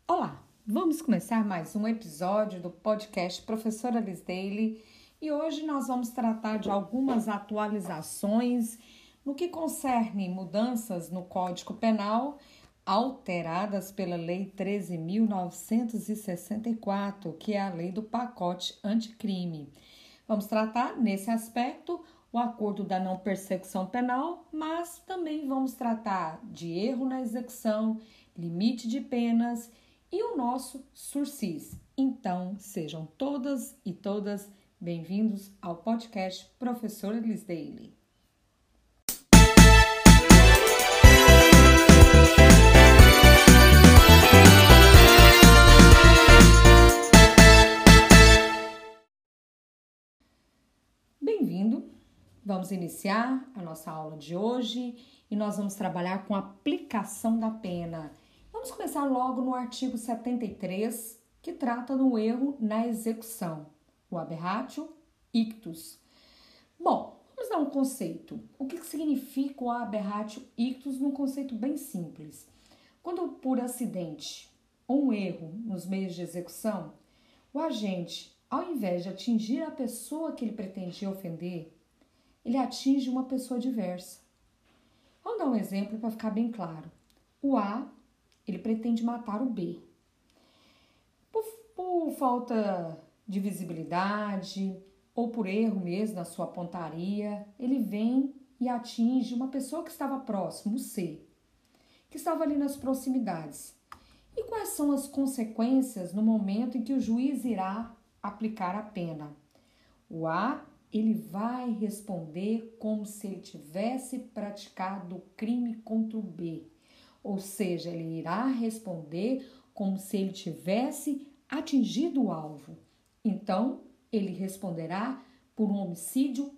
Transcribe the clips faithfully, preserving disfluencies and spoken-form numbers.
Olá, vamos começar mais um episódio do podcast Professora Liz Daily e hoje nós vamos tratar de algumas atualizações no que concerne mudanças no Código Penal alteradas pela Lei treze mil novecentos e sessenta e quatro, que é a lei do pacote anticrime. Vamos tratar nesse aspecto o acordo da não persecução penal, mas também vamos tratar de erro na execução, limite de penas e o nosso sursis. Então, sejam todas e todas bem-vindos ao podcast Professora Liz Daily. Bem-vindo! Vamos iniciar a nossa aula de hoje e nós vamos trabalhar com a aplicação da pena. Vamos começar logo no artigo setenta e três, que trata do erro na execução, o aberratio ictus. Bom, vamos dar um conceito. O que significa o aberratio ictus num conceito bem simples? Quando por acidente ou um erro nos meios de execução, o agente, ao invés de atingir a pessoa que ele pretendia ofender, ele atinge uma pessoa diversa. Vamos dar um exemplo para ficar bem claro. O A, ele pretende matar o B. Por, por falta de visibilidade ou por erro mesmo na sua pontaria, ele vem e atinge uma pessoa que estava próximo, o C, que estava ali nas proximidades. E quais são as consequências no momento em que o juiz irá aplicar a pena? O A, ele vai responder como se ele tivesse praticado o crime contra o B. Ou seja, ele irá responder como se ele tivesse atingido o alvo. Então, ele responderá por um homicídio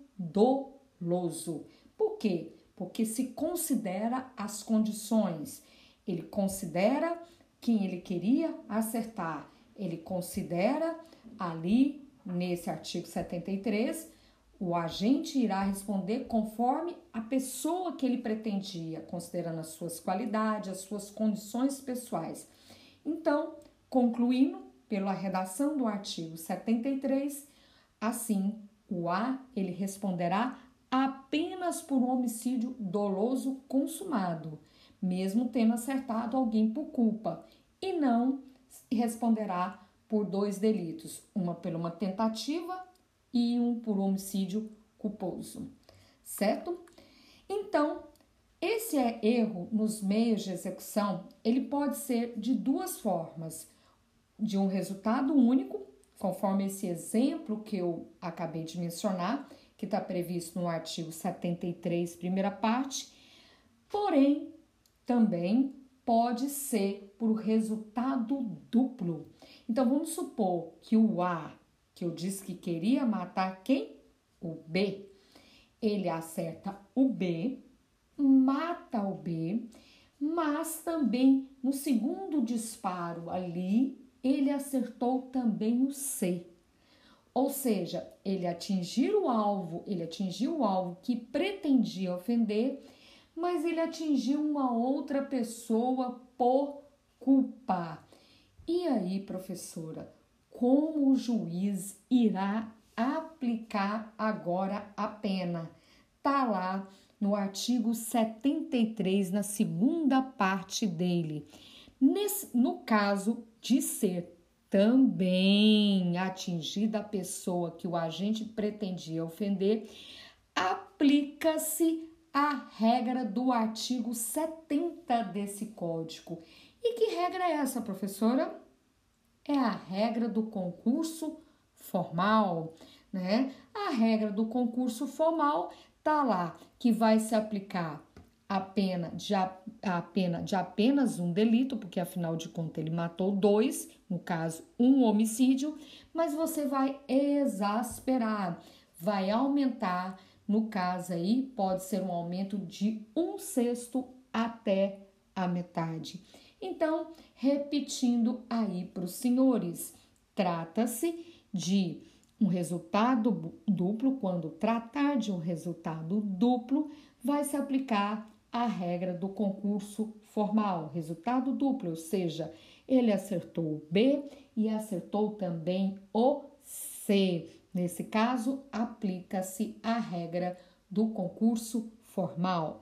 doloso. Por quê? Porque se considera as condições. Ele considera quem ele queria acertar. Ele considera ali, nesse artigo setenta e três, o agente irá responder conforme a pessoa que ele pretendia, considerando as suas qualidades, as suas condições pessoais. Então, concluindo pela redação do artigo setenta e três, assim, o A, ele responderá apenas por um homicídio doloso consumado, mesmo tendo acertado alguém por culpa, e não responderá por dois delitos, uma por uma tentativa e um por homicídio culposo, certo? Então, esse é erro nos meios de execução, ele pode ser de duas formas, de um resultado único, conforme esse exemplo que eu acabei de mencionar, que está previsto no artigo setenta e três, primeira parte, porém, também pode ser por resultado duplo. Então, vamos supor que o A, que eu disse que queria matar quem? O B. Ele acerta o B, mata o B, mas também no segundo disparo ali, ele acertou também o C. Ou seja, ele atingiu o alvo, ele atingiu o alvo que pretendia ofender, mas ele atingiu uma outra pessoa por culpa. E aí, professora, como o juiz irá aplicar agora a pena? Tá lá no artigo setenta e três, na segunda parte dele. Nesse, no caso de ser também atingida a pessoa que o agente pretendia ofender, aplica-se a regra do artigo setenta desse código. E que regra é essa, professora? É a regra do concurso formal, né? A regra do concurso formal tá lá que vai se aplicar a pena de, a, a pena de apenas um delito, porque afinal de contas ele matou dois, no caso um homicídio, mas você vai exasperar, vai aumentar, no caso aí pode ser um aumento de um sexto até a metade. Então, repetindo aí para os senhores, trata-se de um resultado duplo. Quando tratar de um resultado duplo, vai se aplicar a regra do concurso formal, resultado duplo, ou seja, Ele acertou o B e acertou também o C. Nesse caso, aplica-se a regra do concurso formal.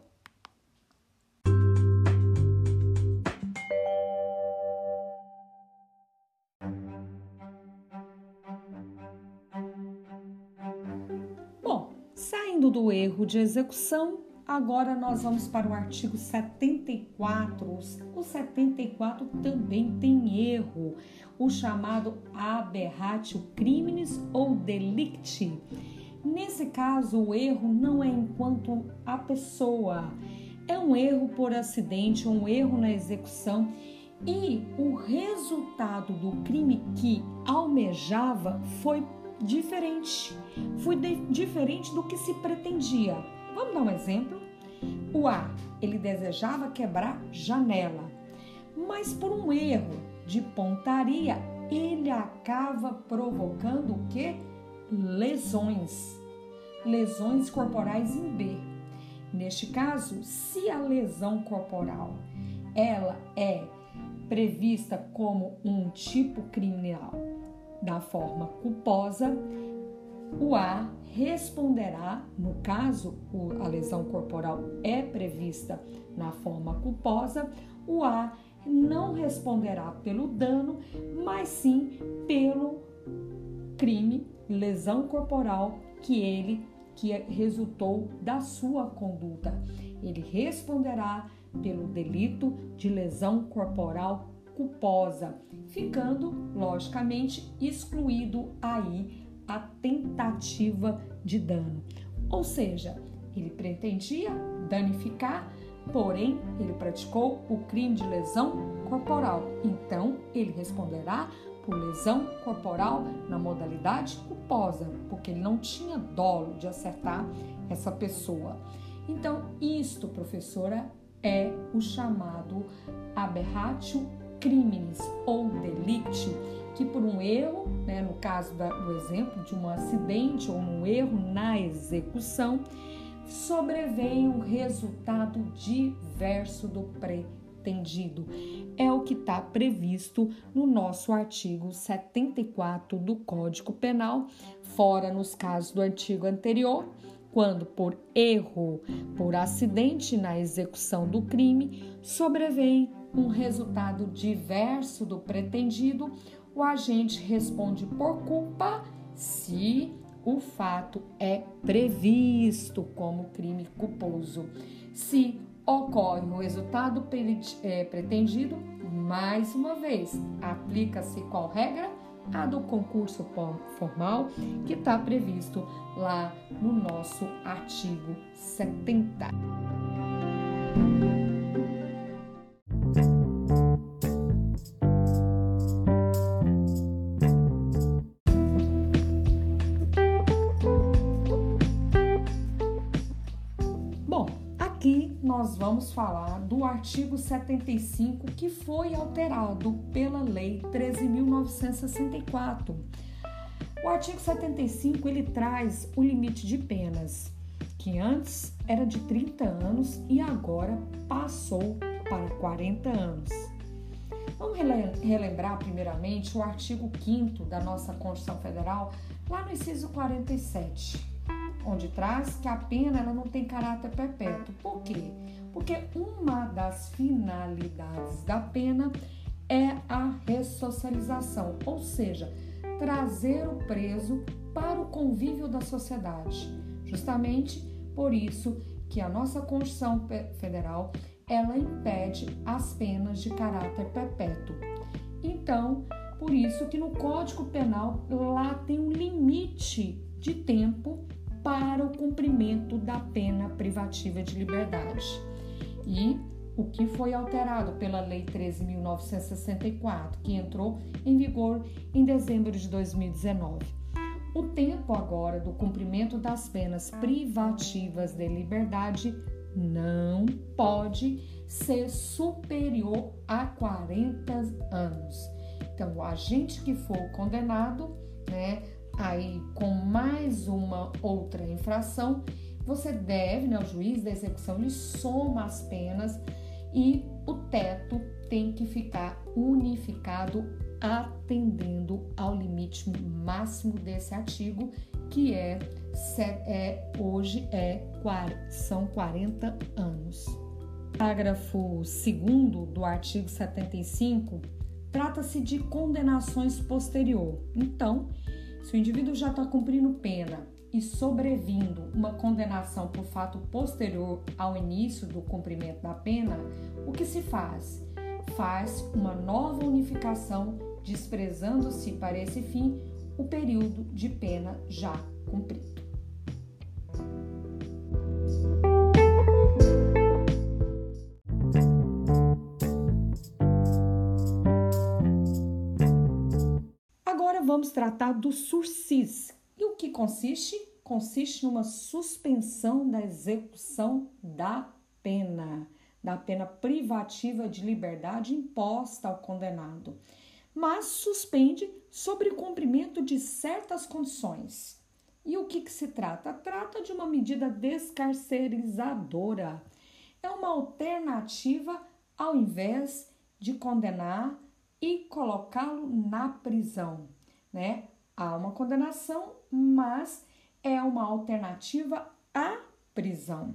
Bom, saindo do erro de execução, agora nós vamos para o artigo setenta e quatro. O setenta e quatro também tem erro, o chamado aberratio criminis ou delicti. Nesse caso, o erro não é enquanto a pessoa, é um erro por acidente, um erro na execução, e o resultado do crime que almejava foi diferente, foi de, diferente do que se pretendia. Vamos dar um exemplo? O A, ele desejava quebrar janela, mas por um erro de pontaria, ele acaba provocando o quê? Lesões, lesões corporais em B. Neste caso, se a lesão corporal ela é prevista como um tipo criminal da forma culposa, o A responderá, no caso a lesão corporal é prevista na forma culposa, o A não responderá pelo dano, mas sim pelo crime, lesão corporal que ele que resultou da sua conduta. Ele responderá pelo delito de lesão corporal culposa, ficando, logicamente, excluído aí a tentativa de dano. Ou seja, ele pretendia danificar, porém, ele praticou o crime de lesão corporal. Então, ele responderá por lesão corporal na modalidade culposa, porque ele não tinha dolo de acertar essa pessoa. Então, isto, professora, é o chamado aberratio criminis ou delicti, que por um erro, né, no caso da, do exemplo de um acidente ou um erro na execução, sobrevém um resultado diverso do pretendido. É o que está previsto no nosso artigo setenta e quatro do Código Penal, fora nos casos do artigo anterior, quando por erro, por acidente na execução do crime, sobrevém um resultado diverso do pretendido, o agente responde por culpa se o fato é previsto como crime culposo. Se ocorre o resultado pretendido, mais uma vez, aplica-se qual regra? A do concurso formal, que está previsto lá no nosso artigo setenta. Aqui nós vamos falar do artigo setenta e cinco, que foi alterado pela Lei treze mil novecentos e sessenta e quatro. O artigo setenta e cinco ele traz o limite de penas, que antes era de trinta anos e agora passou para quarenta anos. Vamos relembrar primeiramente o artigo quinto da nossa Constituição Federal, lá no inciso quarenta e sete. Onde traz que a pena ela não tem caráter perpétuo. Por quê? Porque uma das finalidades da pena é a ressocialização, ou seja, trazer o preso para o convívio da sociedade. Justamente por isso que a nossa Constituição Federal ela impede as penas de caráter perpétuo. Então, por isso que no Código Penal lá tem um limite de tempo para o cumprimento da pena privativa de liberdade. E o que foi alterado pela Lei treze mil novecentos e sessenta e quatro, que entrou em vigor em dezembro de dois mil e dezenove. O tempo agora do cumprimento das penas privativas de liberdade não pode ser superior a quarenta anos. Então, o agente que for condenado, né, aí com mais uma outra infração, você deve, né, o juiz da execução, ele soma as penas e o teto tem que ficar unificado, atendendo ao limite máximo desse artigo, que é, é hoje é, são quarenta anos. Parágrafo segundo do artigo setenta e cinco trata-se de condenações posterior. Então, se o indivíduo já está cumprindo pena e sobrevindo uma condenação por fato posterior ao início do cumprimento da pena, o que se faz? Faz uma nova unificação, desprezando-se para esse fim o período de pena já cumprido. Agora vamos tratar do sursis. E o que consiste? Consiste em uma suspensão da execução da pena, da pena privativa de liberdade imposta ao condenado, mas suspende sobre o cumprimento de certas condições. E o que, que se trata? Trata de uma medida descarcerizadora. É uma alternativa ao invés de condenar e colocá-lo na prisão, né? Há uma condenação, mas é uma alternativa à prisão.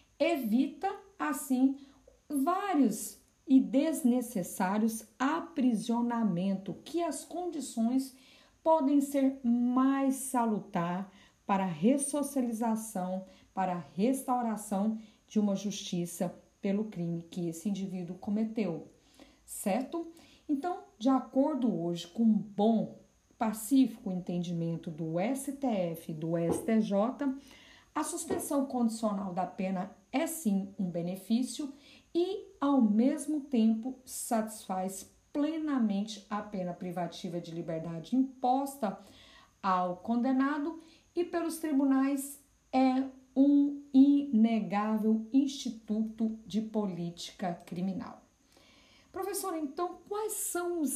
Evita, assim, vários e desnecessários aprisionamentos, que as condições podem ser mais salutar para a ressocialização, para a restauração de uma justiça pelo crime que esse indivíduo cometeu, certo? Então, de acordo hoje com um bom, pacífico entendimento do S T F e do S T J, a suspensão condicional da pena é sim um benefício e, ao mesmo tempo, satisfaz plenamente a pena privativa de liberdade imposta ao condenado e pelos tribunais é um inegável instituto de política criminal. Professora, então, quais são os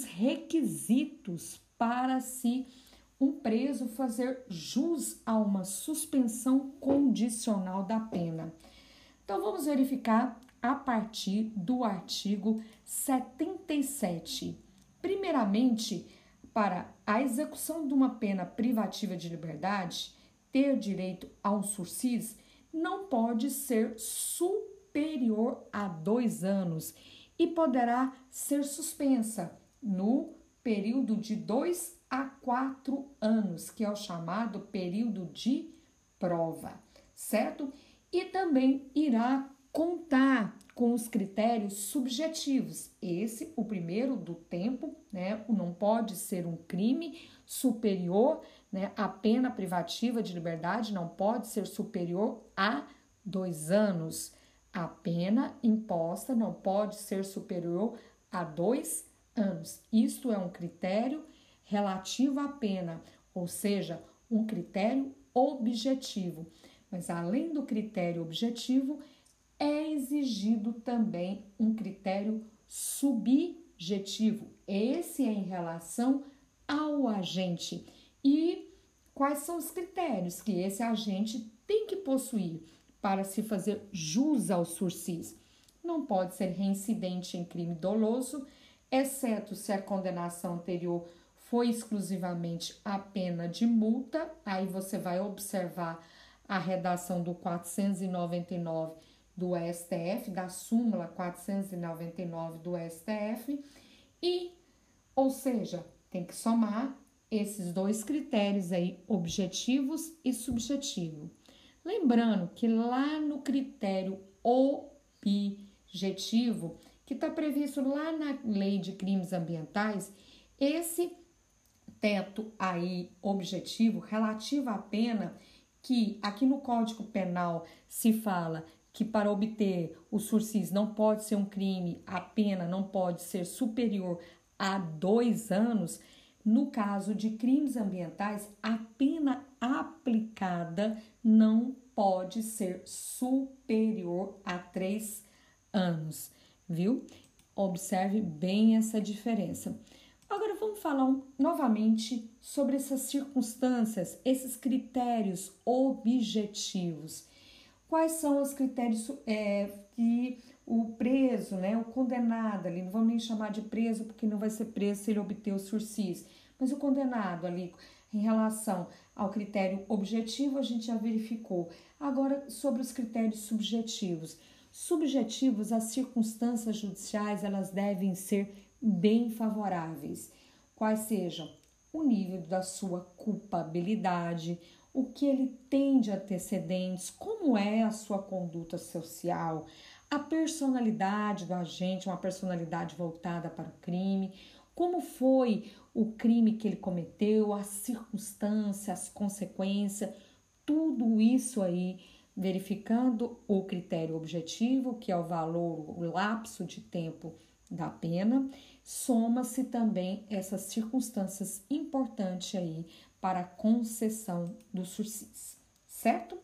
requisitos para se um preso fazer jus a uma suspensão condicional da pena? Então, vamos verificar a partir do artigo setenta e sete. Primeiramente, para a execução de uma pena privativa de liberdade, ter direito ao sursis não pode ser superior a dois anos e poderá ser suspensa no período de dois a quatro anos, que é o chamado período de prova, certo? E também irá contar com os critérios subjetivos. Esse, o primeiro do tempo, né? Não pode ser um crime superior, né? A pena privativa de liberdade não pode ser superior a dois anos. A pena imposta não pode ser superior a dois anos. Isto é um critério relativo à pena, ou seja, um critério objetivo. Mas além do critério objetivo, é exigido também um critério subjetivo. Esse é em relação ao agente. E quais são os critérios que esse agente tem que possuir para se fazer jus ao sursis? Não pode ser reincidente em crime doloso, exceto se a condenação anterior foi exclusivamente a pena de multa. Aí você vai observar a redação do quatrocentos e noventa e nove do S T F, da súmula quatrocentos e noventa e nove do S T F, e, ou seja, tem que somar esses dois critérios aí, objetivos e subjetivo. Lembrando que lá no critério objetivo, que está previsto lá na Lei de Crimes Ambientais, esse teto aí objetivo relativo à pena, que aqui no Código Penal se fala que para obter o sursis não pode ser um crime, a pena não pode ser superior a dois anos. No caso de crimes ambientais, a pena aplicada não pode ser superior a três anos, viu? Observe bem essa diferença. Agora vamos falar um, novamente sobre essas circunstâncias, esses critérios objetivos. Quais são os critérios é, que o preso, né, o condenado ali, não vamos nem chamar de preso porque não vai ser preso se ele obter o sursis, mas o condenado ali, em relação ao critério objetivo, a gente já verificou. Agora, sobre os critérios subjetivos. Subjetivos, as circunstâncias judiciais, elas devem ser bem favoráveis. Quais sejam? O nível da sua culpabilidade, o que ele tem de antecedentes, como é a sua conduta social, a personalidade do agente, uma personalidade voltada para o crime, como foi o crime que ele cometeu, as circunstâncias, as consequências, tudo isso aí, verificando o critério objetivo, que é o valor, o lapso de tempo da pena, soma-se também essas circunstâncias importantes aí para a concessão do sursis, certo?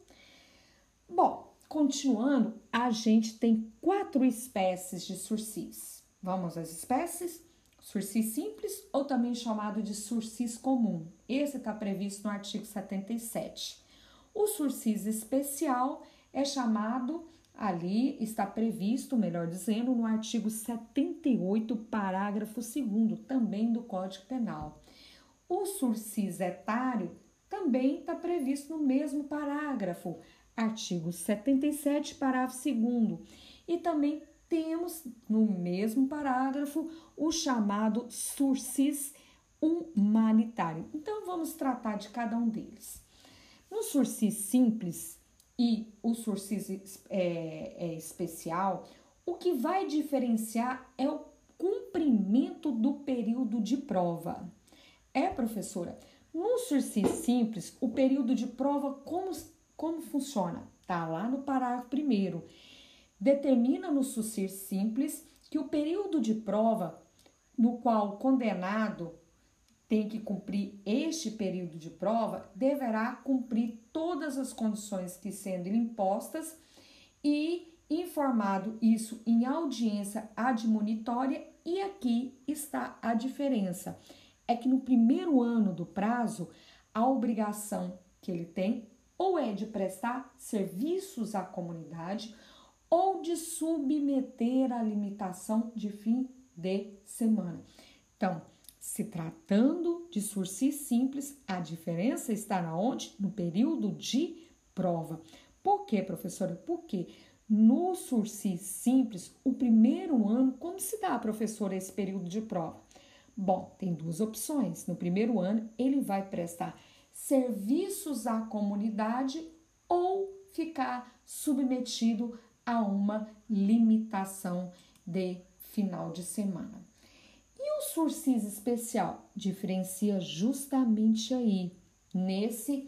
Bom, continuando, a gente tem quatro espécies de sursis. Vamos às espécies? Sursis simples ou também chamado de sursis comum. Esse está previsto no artigo setenta e sete. O sursis especial é chamado, ali está previsto, melhor dizendo, no artigo setenta e oito, parágrafo segundo, também do Código Penal. O sursis etário também está previsto no mesmo parágrafo, artigo setenta e sete, parágrafo segundo. E também temos no mesmo parágrafo o chamado sursis humanitário. Então, vamos tratar de cada um deles. No sursis simples e o sursis é, é, especial, o que vai diferenciar é o cumprimento do período de prova. É, professora? No sursis simples, o período de prova, como, como funciona? Tá lá no parágrafo primeiro. Determina no sursis simples que o período de prova no qual o condenado tem que cumprir este período de prova deverá cumprir todas as condições que sendo impostas e informado isso em audiência admonitória. E aqui está a diferença. É que no primeiro ano do prazo, a obrigação que ele tem ou é de prestar serviços à comunidade ou de submeter à limitação de fim de semana. Então, se tratando de sursis simples, a diferença está na onde? No período de prova. Por quê, professora? Porque no sursis simples, o primeiro ano, como se dá, professora, esse período de prova? Bom, tem duas opções. No primeiro ano, ele vai prestar serviços à comunidade ou ficar submetido a uma limitação de final de semana. E o sursis especial diferencia justamente aí, nesse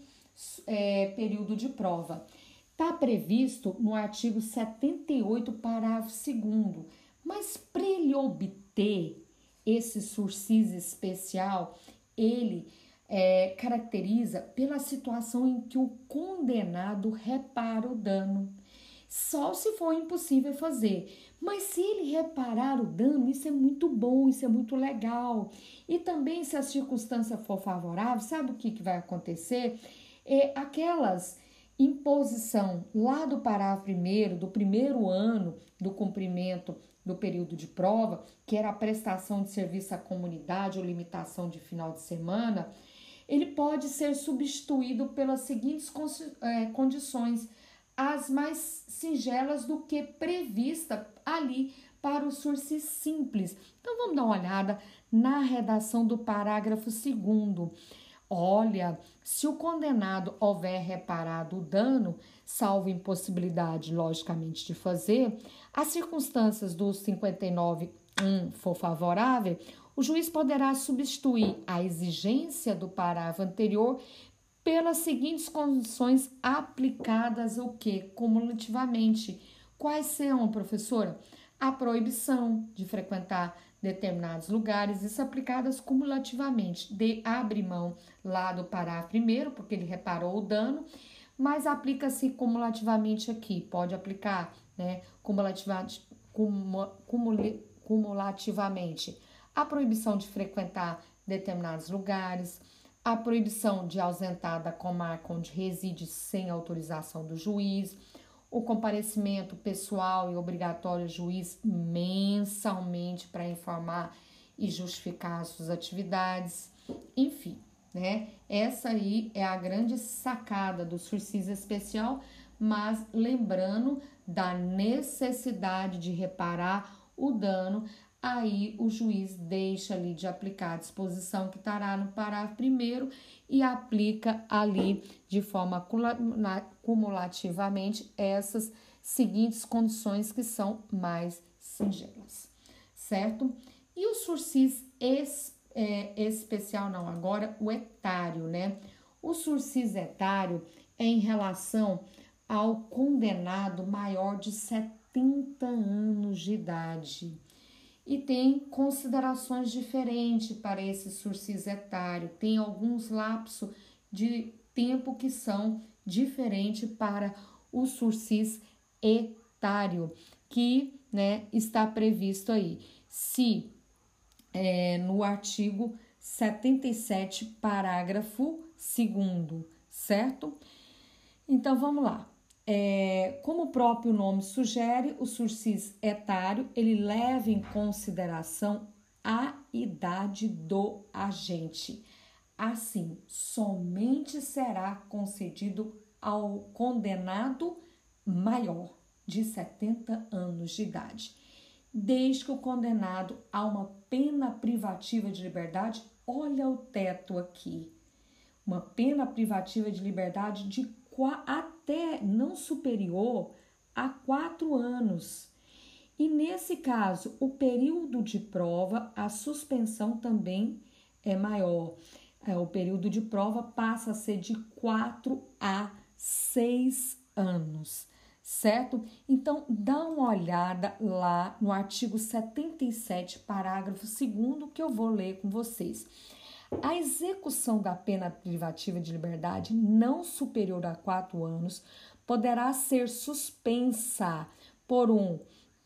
é, período de prova. Está previsto no artigo setenta e oito, parágrafo segundo, mas para ele obter esse sursis especial, ele é, caracteriza pela situação em que o condenado repara o dano. Só se for impossível fazer. Mas se ele reparar o dano, isso é muito bom, isso é muito legal. E também, se a circunstância for favorável, sabe o que, que vai acontecer? É aquelas imposição lá do parágrafo primeiro, do primeiro ano do cumprimento do período de prova, que era a prestação de serviço à comunidade ou limitação de final de semana, ele pode ser substituído pelas seguintes condições, as mais singelas do que prevista ali para o sursis simples. Então, vamos dar uma olhada na redação do parágrafo segundo. Olha, se o condenado houver reparado o dano, salvo impossibilidade, logicamente, de fazer, as circunstâncias do cinquenta e nove um for favorável, o juiz poderá substituir a exigência do parágrafo anterior pelas seguintes condições aplicadas o que? Cumulativamente. Quais são, professora? A proibição de frequentar determinados lugares, isso aplicadas cumulativamente. De abre mão lá do parágrafo primeiro, porque ele reparou o dano, mas aplica-se cumulativamente aqui. Pode aplicar, né, cumulativamente, cumulativamente a proibição de frequentar determinados lugares, a proibição de ausentar da comarca onde reside sem autorização do juiz, o comparecimento pessoal e obrigatório ao juiz mensalmente para informar e justificar as suas atividades, enfim, né? Essa aí é a grande sacada do sursis especial, mas lembrando da necessidade de reparar o dano, aí o juiz deixa ali de aplicar a disposição que estará no parágrafo primeiro e aplica ali de forma cumulativamente essas seguintes condições que são mais singelas, certo? E o sursis es, é, especial, não, agora o etário, né? O sursis etário é em relação ao condenado maior de setenta anos de idade. E tem considerações diferentes para esse sursis etário. Tem alguns lapsos de tempo que são diferentes para o sursis etário, que, né, está previsto aí. Se é, no artigo setenta e sete, parágrafo segundo, certo? Então, vamos lá. É, como o próprio nome sugere, o sursis etário, ele leva em consideração a idade do agente. Assim, somente será concedido ao condenado maior de setenta anos de idade, desde que o condenado a uma pena privativa de liberdade, olha o teto aqui, uma pena privativa de liberdade de até não superior a quatro anos. E nesse caso, o período de prova, a suspensão também é maior. É, o período de prova passa a ser de quatro a seis anos, certo? Então, dá uma olhada lá no artigo setenta e sete, parágrafo segundo, que eu vou ler com vocês. A execução da pena privativa de liberdade não superior a quatro anos poderá ser suspensa por um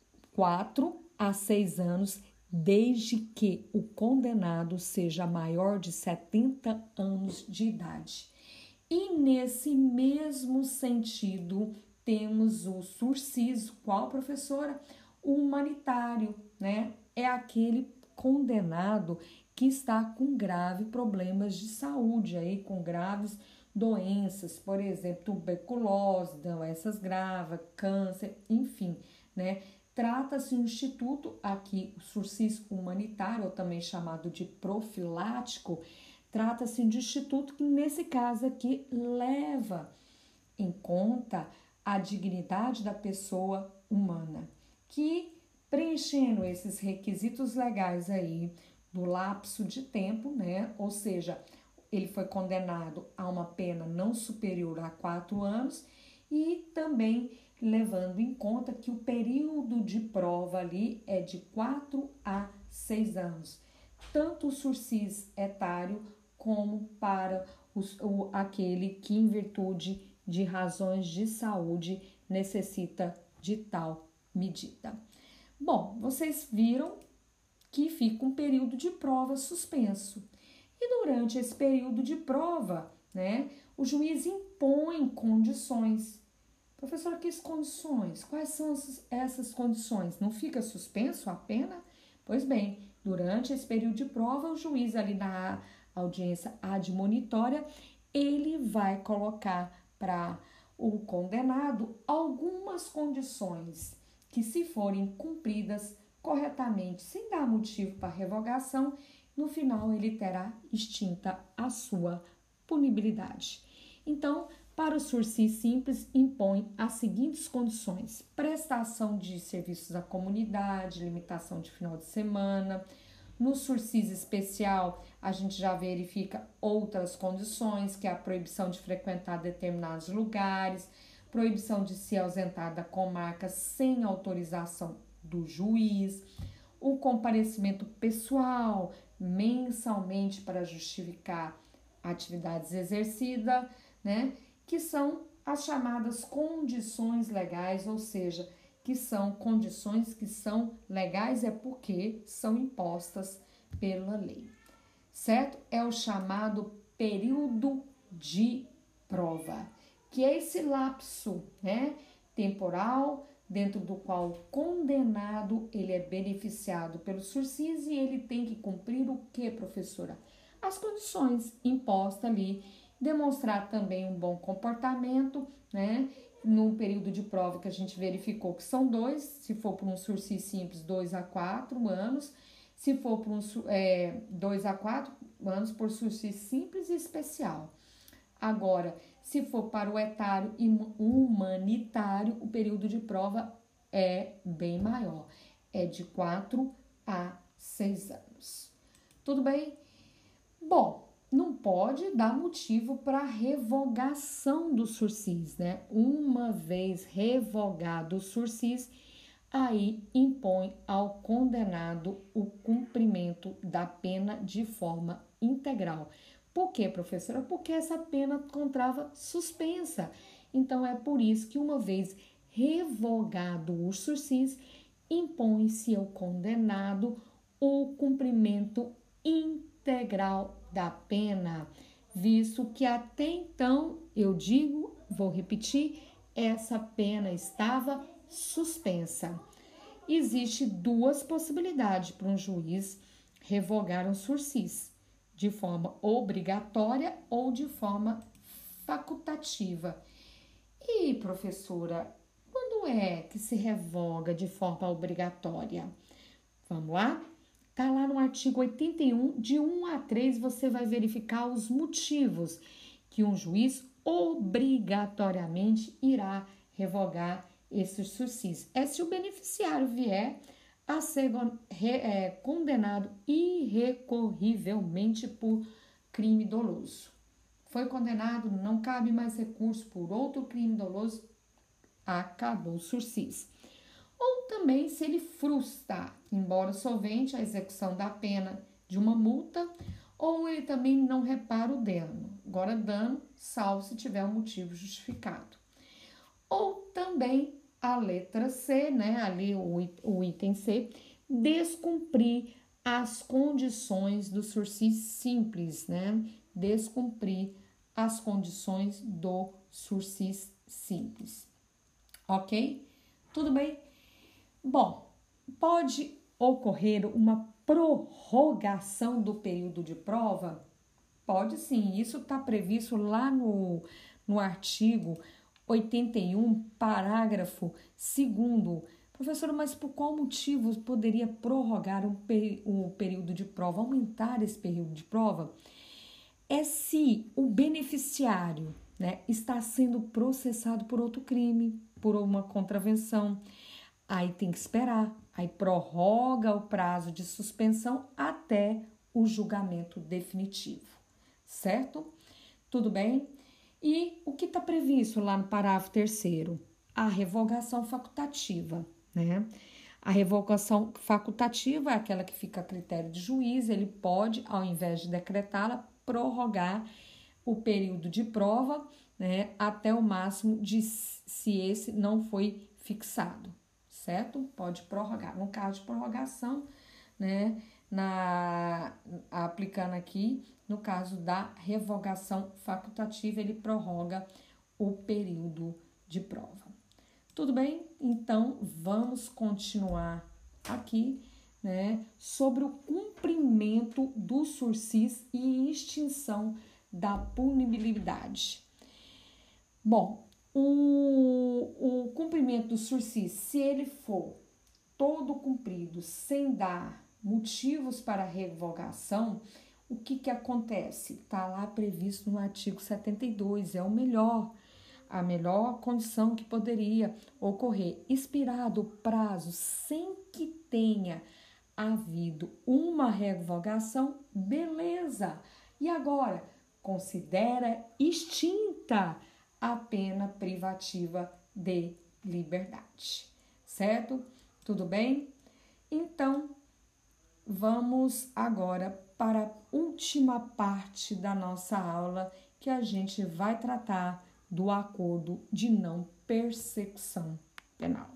quatro a seis anos, desde que o condenado seja maior de setenta anos de idade. E nesse mesmo sentido, temos o sursis, qual, professora? O humanitário, né? É aquele condenado que está com graves problemas de saúde, aí, com graves doenças, por exemplo, tuberculose, doenças graves, câncer, enfim, né? Trata-se um instituto, aqui, o sursis humanitário, ou também chamado de profilático, trata-se de um instituto que, nesse caso aqui, leva em conta a dignidade da pessoa humana, que, preenchendo esses requisitos legais aí, do lapso de tempo, né? Ou seja, ele foi condenado a uma pena não superior a quatro anos e também levando em conta que o período de prova ali é de quatro a seis anos, tanto o sursis etário como para os, o, aquele que, em virtude de razões de saúde, necessita de tal medida. Bom, vocês viram que fica um período de prova suspenso. E durante esse período de prova, né, o juiz impõe condições. Professora, que condições? Quais são essas condições? Não fica suspenso a pena? Pois bem, durante esse período de prova, o juiz ali na audiência admonitória, ele vai colocar para o condenado algumas condições que, se forem cumpridas corretamente, sem dar motivo para revogação, no final ele terá extinta a sua punibilidade. Então, para o sursis simples, impõe as seguintes condições: prestação de serviços à comunidade, limitação de final de semana. No sursis especial, a gente já verifica outras condições, que é a proibição de frequentar determinados lugares, proibição de se ausentar da comarca sem autorização do juiz, o comparecimento pessoal mensalmente para justificar atividades exercidas, né, que são as chamadas condições legais, ou seja, que são condições que são legais é porque são impostas pela lei, certo? É o chamado período de prova, que é esse lapso, né, temporal, dentro do qual o condenado ele é beneficiado pelo sursis e ele tem que cumprir o que, professora? As condições impostas ali, demonstrar também um bom comportamento, né? No período de prova que a gente verificou que são dois, se for por um sursis simples, dois a quatro anos, se for por um é, dois a quatro anos por sursis simples e especial. Agora, se for para o etário e humanitário, o período de prova é bem maior, é de quatro a seis anos. Tudo bem? Bom, não pode dar motivo para revogação do sursis, né? Uma vez revogado o sursis, aí impõe ao condenado o cumprimento da pena de forma integral. Por quê, professora? Porque essa pena encontrava suspensa. Então, é por isso que uma vez revogado o sursis, impõe-se ao condenado o cumprimento integral da pena, visto que até então, eu digo, vou repetir, essa pena estava suspensa. Existe duas possibilidades para um juiz revogar um sursis, de forma obrigatória ou de forma facultativa. E, professora, quando é que se revoga de forma obrigatória? Vamos lá? Tá lá no artigo oitenta e um, de um a três, você vai verificar os motivos que um juiz obrigatoriamente irá revogar esse sursis. É se o beneficiário vier a ser é, condenado irrecorrivelmente por crime doloso. Foi condenado, não cabe mais recurso por outro crime doloso, acabou o sursis. Ou também se ele frustra, embora solvente, a execução da pena de uma multa, ou ele também não repara o dano. Agora, dano, salvo se tiver um motivo justificado. Ou também a letra C, né, ali o, o item C, descumprir as condições do sursis simples, né, descumprir as condições do sursis simples. Ok? Tudo bem? Bom, pode ocorrer uma prorrogação do período de prova? Pode sim, isso está previsto lá no, no artigo oitenta e um, parágrafo segundo. Professora, mas por qual motivo poderia prorrogar o, peri- o período de prova, aumentar esse período de prova? É se o beneficiário, né, está sendo processado por outro crime, por uma contravenção. Aí tem que esperar, aí prorroga o prazo de suspensão até o julgamento definitivo, certo? Tudo bem? E o que está previsto lá no parágrafo terceiro? A revogação facultativa, né? A revogação facultativa é aquela que fica a critério de juiz, ele pode, ao invés de decretá-la, prorrogar o período de prova, né, até o máximo de se esse não foi fixado, certo? Pode prorrogar. No caso de prorrogação, né, na, aplicando aqui, no caso da revogação facultativa, ele prorroga o período de prova. Tudo bem? Então, vamos continuar aqui, né, sobre o cumprimento do sursis e extinção da punibilidade. Bom, o, o cumprimento do sursis, se ele for todo cumprido sem dar motivos para revogação, o que que acontece? Está lá previsto no artigo setenta e dois, é o melhor, a melhor condição que poderia ocorrer. Expirado o prazo sem que tenha havido uma revogação, beleza. E agora, considera extinta a pena privativa de liberdade, certo? Tudo bem? Então, vamos agora para a última parte da nossa aula, que a gente vai tratar do acordo de não persecução penal.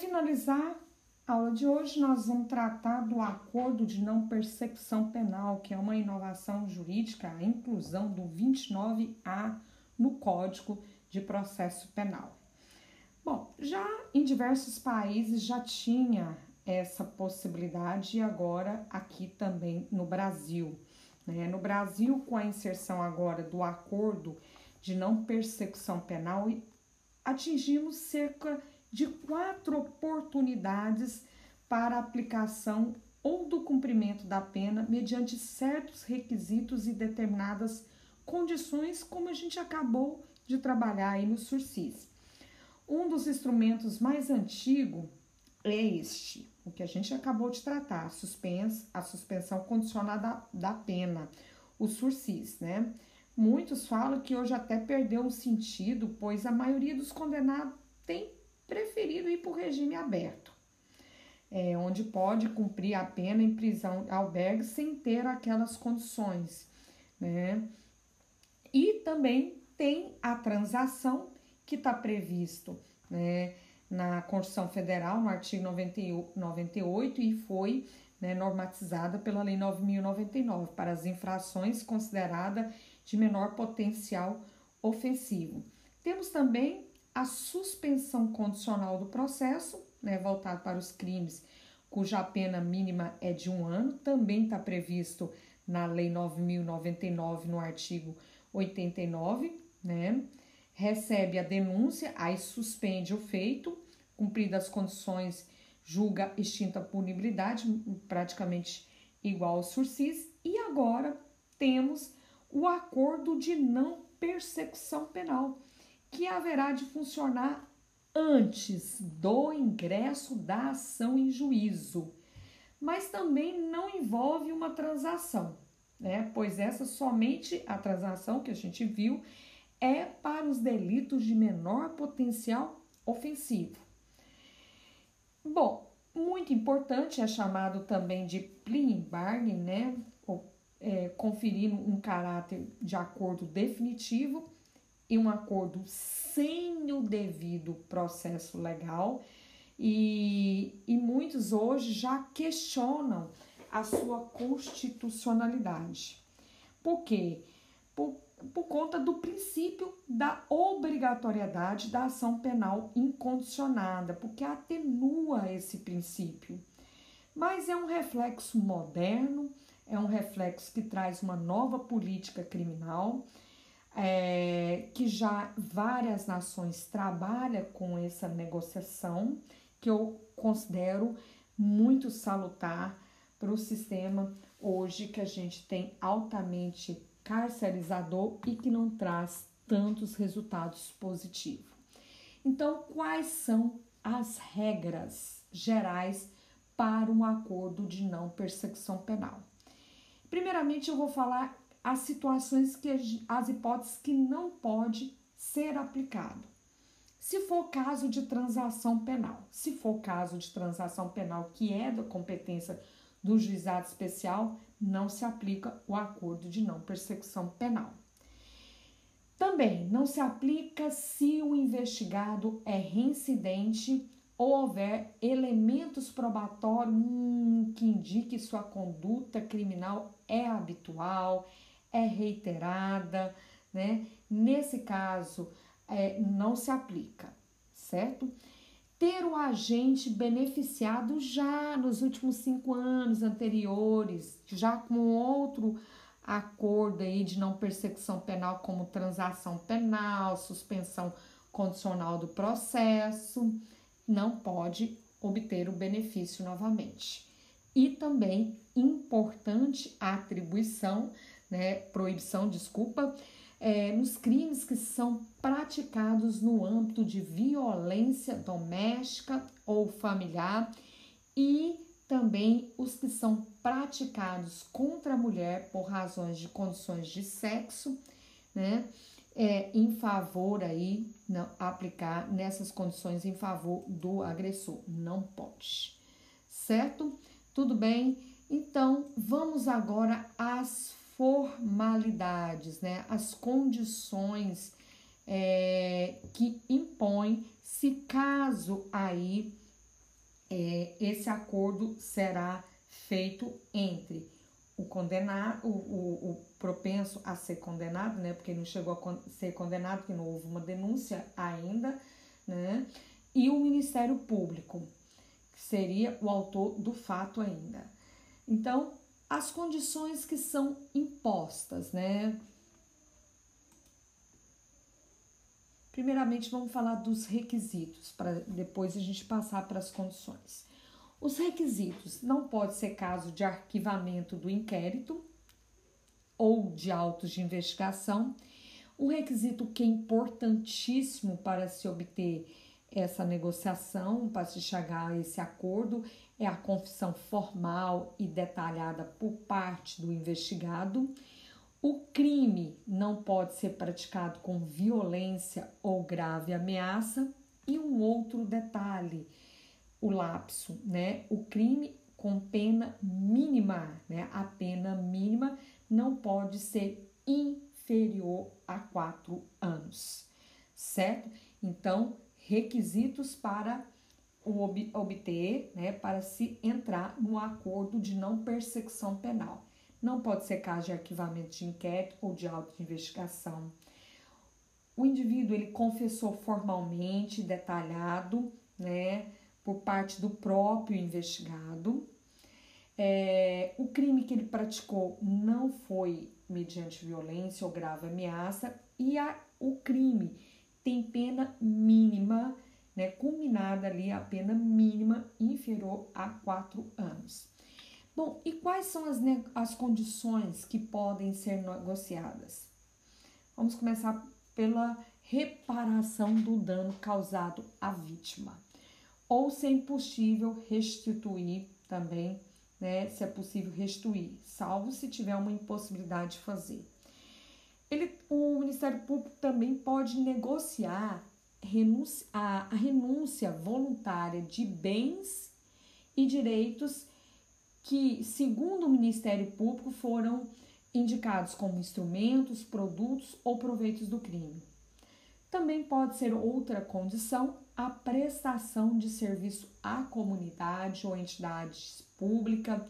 finalizar a aula de hoje, nós vamos tratar do acordo de não persecução penal, que é uma inovação jurídica, a inclusão do vinte e nove A no Código de Processo Penal. Bom, já em diversos países já tinha essa possibilidade e agora aqui também no Brasil. Né? No Brasil, com a inserção agora do acordo de não persecução penal, atingimos cerca de quatro oportunidades para aplicação ou do cumprimento da pena mediante certos requisitos e determinadas condições, como a gente acabou de trabalhar aí no SURSIS. Um dos instrumentos mais antigos é este, o que a gente acabou de tratar, a, suspens, a suspensão condicional da, da pena, o SURSIS, né? Muitos falam que hoje até perdeu o sentido, pois a maioria dos condenados tem preferido ir para o regime aberto, é, onde pode cumprir a pena em prisão albergue sem ter aquelas condições, né? E também tem a transação que está previsto, né, na Constituição Federal, no artigo noventa e oito, e foi, né, normatizada pela Lei nove mil e noventa e nove para as infrações consideradas de menor potencial ofensivo. Temos também a suspensão condicional do processo, né, voltado para os crimes cuja pena mínima é de um ano, também está previsto na Lei nove mil e noventa e nove, no artigo oitenta e nove, né? Recebe a denúncia, aí suspende o feito, cumpridas as condições, julga extinta a punibilidade, praticamente igual ao SURSIS, e agora temos o acordo de não persecução penal, que haverá de funcionar antes do ingresso da ação em juízo, mas também não envolve uma transação, né? Pois essa somente a transação que a gente viu é para os delitos de menor potencial ofensivo. Bom, muito importante, é chamado também de plea bargain, né? Ou, é, conferindo um caráter de acordo definitivo e um acordo sem o devido processo legal, e, e muitos hoje já questionam a sua constitucionalidade. Por quê? Por, por conta do princípio da obrigatoriedade da ação penal incondicionada, porque atenua esse princípio. Mas é um reflexo moderno, é um reflexo que traz uma nova política criminal, é, que já várias nações trabalham com essa negociação, que eu considero muito salutar para o sistema hoje que a gente tem altamente carcerizador e que não traz tantos resultados positivos. Então, quais são as regras gerais para um acordo de não persecução penal? Primeiramente, eu vou falar as situações, que as hipóteses que não pode ser aplicado. Se for caso de transação penal, se for caso de transação penal que é da competência do juizado especial, não se aplica o acordo de não persecução penal. Também não se aplica se o investigado é reincidente ou houver elementos probatórios hum, que indiquem sua conduta criminal é habitual, é reiterada, né? Nesse caso, é, não se aplica, certo? Ter o agente beneficiado já nos últimos cinco anos anteriores, já com outro acordo aí de não persecução penal, como transação penal, suspensão condicional do processo, não pode obter o benefício novamente. E também importante a atribuição, né, proibição, desculpa, é, nos crimes que são praticados no âmbito de violência doméstica ou familiar e também os que são praticados contra a mulher por razões de condições de sexo, né, é, em favor aí, não, aplicar nessas condições em favor do agressor, não pode, certo? Tudo bem? Então, vamos agora às formalidades, né? As condições é, que impõem se caso aí é, esse acordo será feito entre o condenado, o, o, o propenso a ser condenado, né, porque não chegou a ser condenado, porque não houve uma denúncia ainda, né, e o Ministério Público, que seria o autor do fato ainda. Então, as condições que são impostas, né? Primeiramente, vamos falar dos requisitos, para depois a gente passar para as condições. Os requisitos: não pode ser caso de arquivamento do inquérito ou de autos de investigação. O requisito que é importantíssimo para se obter essa negociação, para se chegar a esse acordo, é a confissão formal e detalhada por parte do investigado. O crime não pode ser praticado com violência ou grave ameaça. E um outro detalhe, o lapso, né? O crime com pena mínima, né? A pena mínima não pode ser inferior a quatro anos, certo? Então, requisitos para o ob- obter, né? Para se entrar no acordo de não persecução penal. Não pode ser caso de arquivamento de inquérito ou de auto de investigação. O indivíduo, ele confessou formalmente, detalhado, né, por parte do próprio investigado. É, o crime que ele praticou não foi mediante violência ou grave ameaça, e a, o crime tem pena mínima, né, culminada ali a pena mínima inferior a quatro anos. Bom, e quais são as, as condições que podem ser negociadas? Vamos começar pela reparação do dano causado à vítima. Ou se é impossível restituir também, né? Se é possível restituir, salvo se tiver uma impossibilidade de fazer. Ele, o Ministério Público também pode negociar renúncia, a, a renúncia voluntária de bens e direitos que, segundo o Ministério Público, foram indicados como instrumentos, produtos ou proveitos do crime. Também pode ser outra condição a prestação de serviço à comunidade ou entidade pública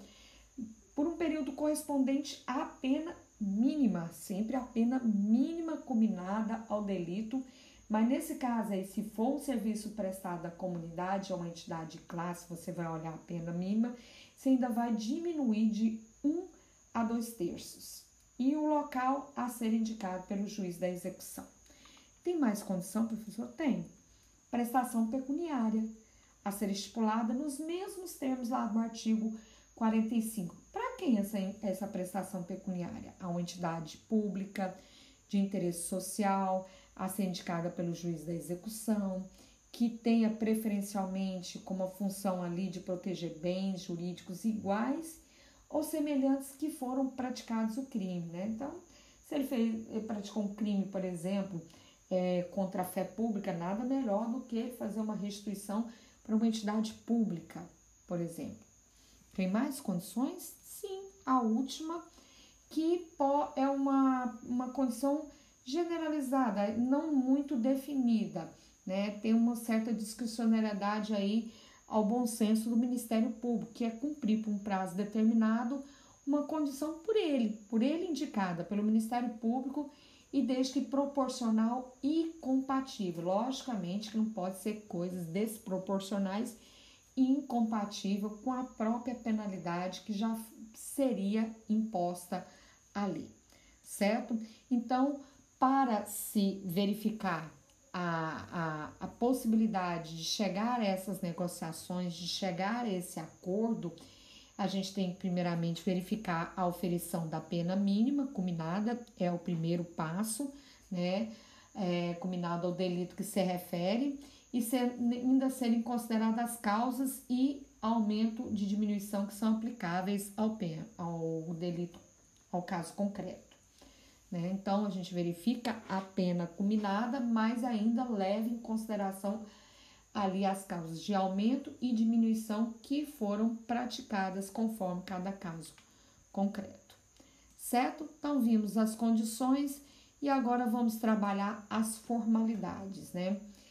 por um período correspondente à pena mínima, sempre a pena mínima combinada ao delito, mas nesse caso aí, se for um serviço prestado à comunidade ou uma entidade de classe, você vai olhar a pena mínima, você ainda vai diminuir de um a dois terços. E o local a ser indicado pelo juiz da execução. Tem mais condição, professor? Tem. Prestação pecuniária, a ser estipulada nos mesmos termos lá do artigo quarenta e cinco. Para quem essa, essa prestação pecuniária? A uma entidade pública, de interesse social, a ser indicada pelo juiz da execução, que tenha preferencialmente como função ali de proteger bens jurídicos iguais ou semelhantes que foram praticados o crime, né? Então, se ele, fez, ele praticou um crime, por exemplo, é, contra a fé pública, nada melhor do que fazer uma restituição para uma entidade pública, por exemplo. Tem mais condições? Sim, a última, que é uma, uma condição generalizada, não muito definida, né? Tem uma certa discricionariedade aí ao bom senso do Ministério Público, que é cumprir por um prazo determinado uma condição por ele, por ele indicada pelo Ministério Público e desde que proporcional e compatível. Logicamente que não pode ser coisas desproporcionais e incompatível com a própria penalidade que já seria imposta ali, certo? Então, para se verificar a, a, a possibilidade de chegar a essas negociações, de chegar a esse acordo, a gente tem que primeiramente verificar a oferição da pena mínima combinada, é o primeiro passo, né? É, combinado ao delito que se refere, e ser, ainda serem consideradas as causas e aumento de diminuição que são aplicáveis ao, pena, ao delito, ao caso concreto. Né? Então, a gente verifica a pena combinada, mas ainda leva em consideração ali as causas de aumento e diminuição que foram praticadas conforme cada caso concreto. Certo? Então, vimos as condições e agora vamos trabalhar as formalidades, né?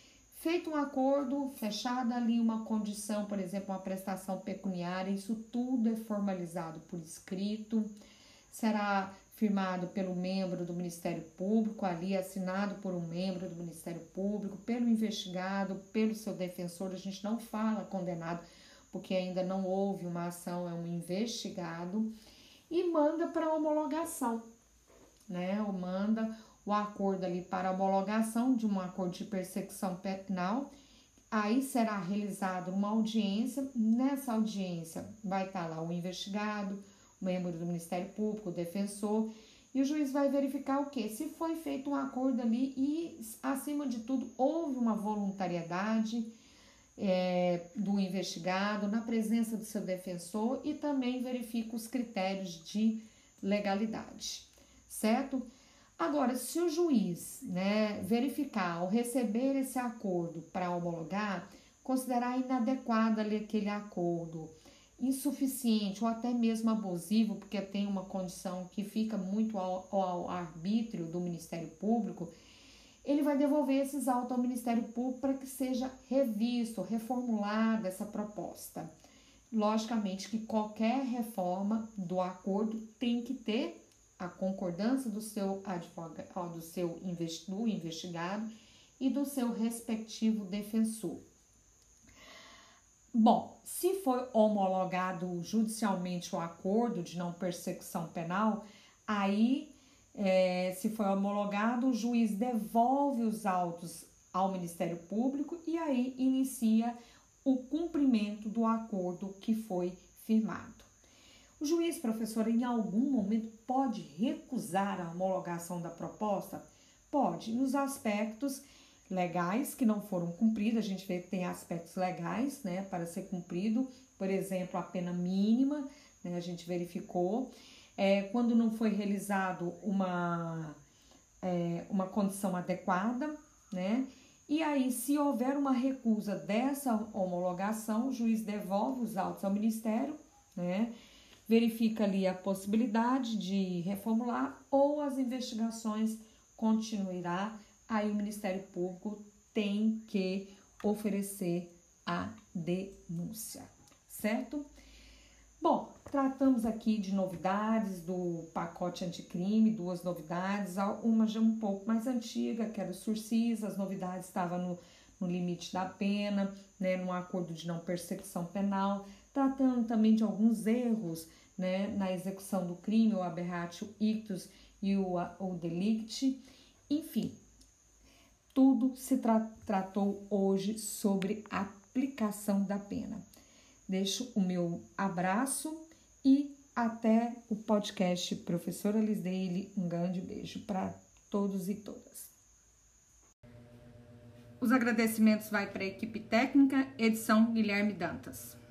Feito um acordo, fechada ali uma condição, por exemplo, uma prestação pecuniária, isso tudo é formalizado por escrito, será firmado pelo membro do Ministério Público, ali assinado por um membro do Ministério Público, pelo investigado, pelo seu defensor. A gente não fala condenado, porque ainda não houve uma ação, é um investigado, e manda para homologação, né? Ou manda o acordo ali para homologação de um acordo de persecução penal. Aí será realizada uma audiência. Nessa audiência vai estar lá o investigado, o membro do Ministério Público, o defensor, e o juiz vai verificar o quê? Se foi feito um acordo ali e, acima de tudo, houve uma voluntariedade é, do investigado na presença do seu defensor, e também verifica os critérios de legalidade, certo? Agora, se o juiz, né, verificar ao receber esse acordo para homologar, considerar inadequado ali aquele acordo, insuficiente ou até mesmo abusivo, porque tem uma condição que fica muito ao, ao arbítrio do Ministério Público, ele vai devolver esses autos ao Ministério Público para que seja revisto, reformulada essa proposta. Logicamente que qualquer reforma do acordo tem que ter a concordância do seu advogado, do seu do investigado e do seu respectivo defensor. Bom, se for homologado judicialmente o acordo de não persecução penal, aí, é, se for homologado, o juiz devolve os autos ao Ministério Público e aí inicia o cumprimento do acordo que foi firmado. O juiz, professora, em algum momento pode recusar a homologação da proposta? Pode, nos aspectos legais que não foram cumpridos. A gente vê que tem aspectos legais, né, para ser cumprido, por exemplo, a pena mínima, né, a gente verificou, é, quando não foi realizado uma, é, uma condição adequada, né, e aí, se houver uma recusa dessa homologação, o juiz devolve os autos ao Ministério, né, verifica ali a possibilidade de reformular ou as investigações continuará. Aí o Ministério Público tem que oferecer a denúncia, certo? Bom, tratamos aqui de novidades do pacote anticrime, duas novidades, uma já um pouco mais antiga, que era o Sursis. As novidades estavam no, no limite da pena, né, no acordo de não persecução penal, tratando também de alguns erros, né, na execução do crime, o aberratio ictus e o, o delicti, enfim. Tudo se tra tratou hoje sobre a aplicação da pena. Deixo o meu abraço e até o podcast Professora Lisdeile. Um grande beijo para todos e todas. Os agradecimentos vai para a equipe técnica, edição Guilherme Dantas.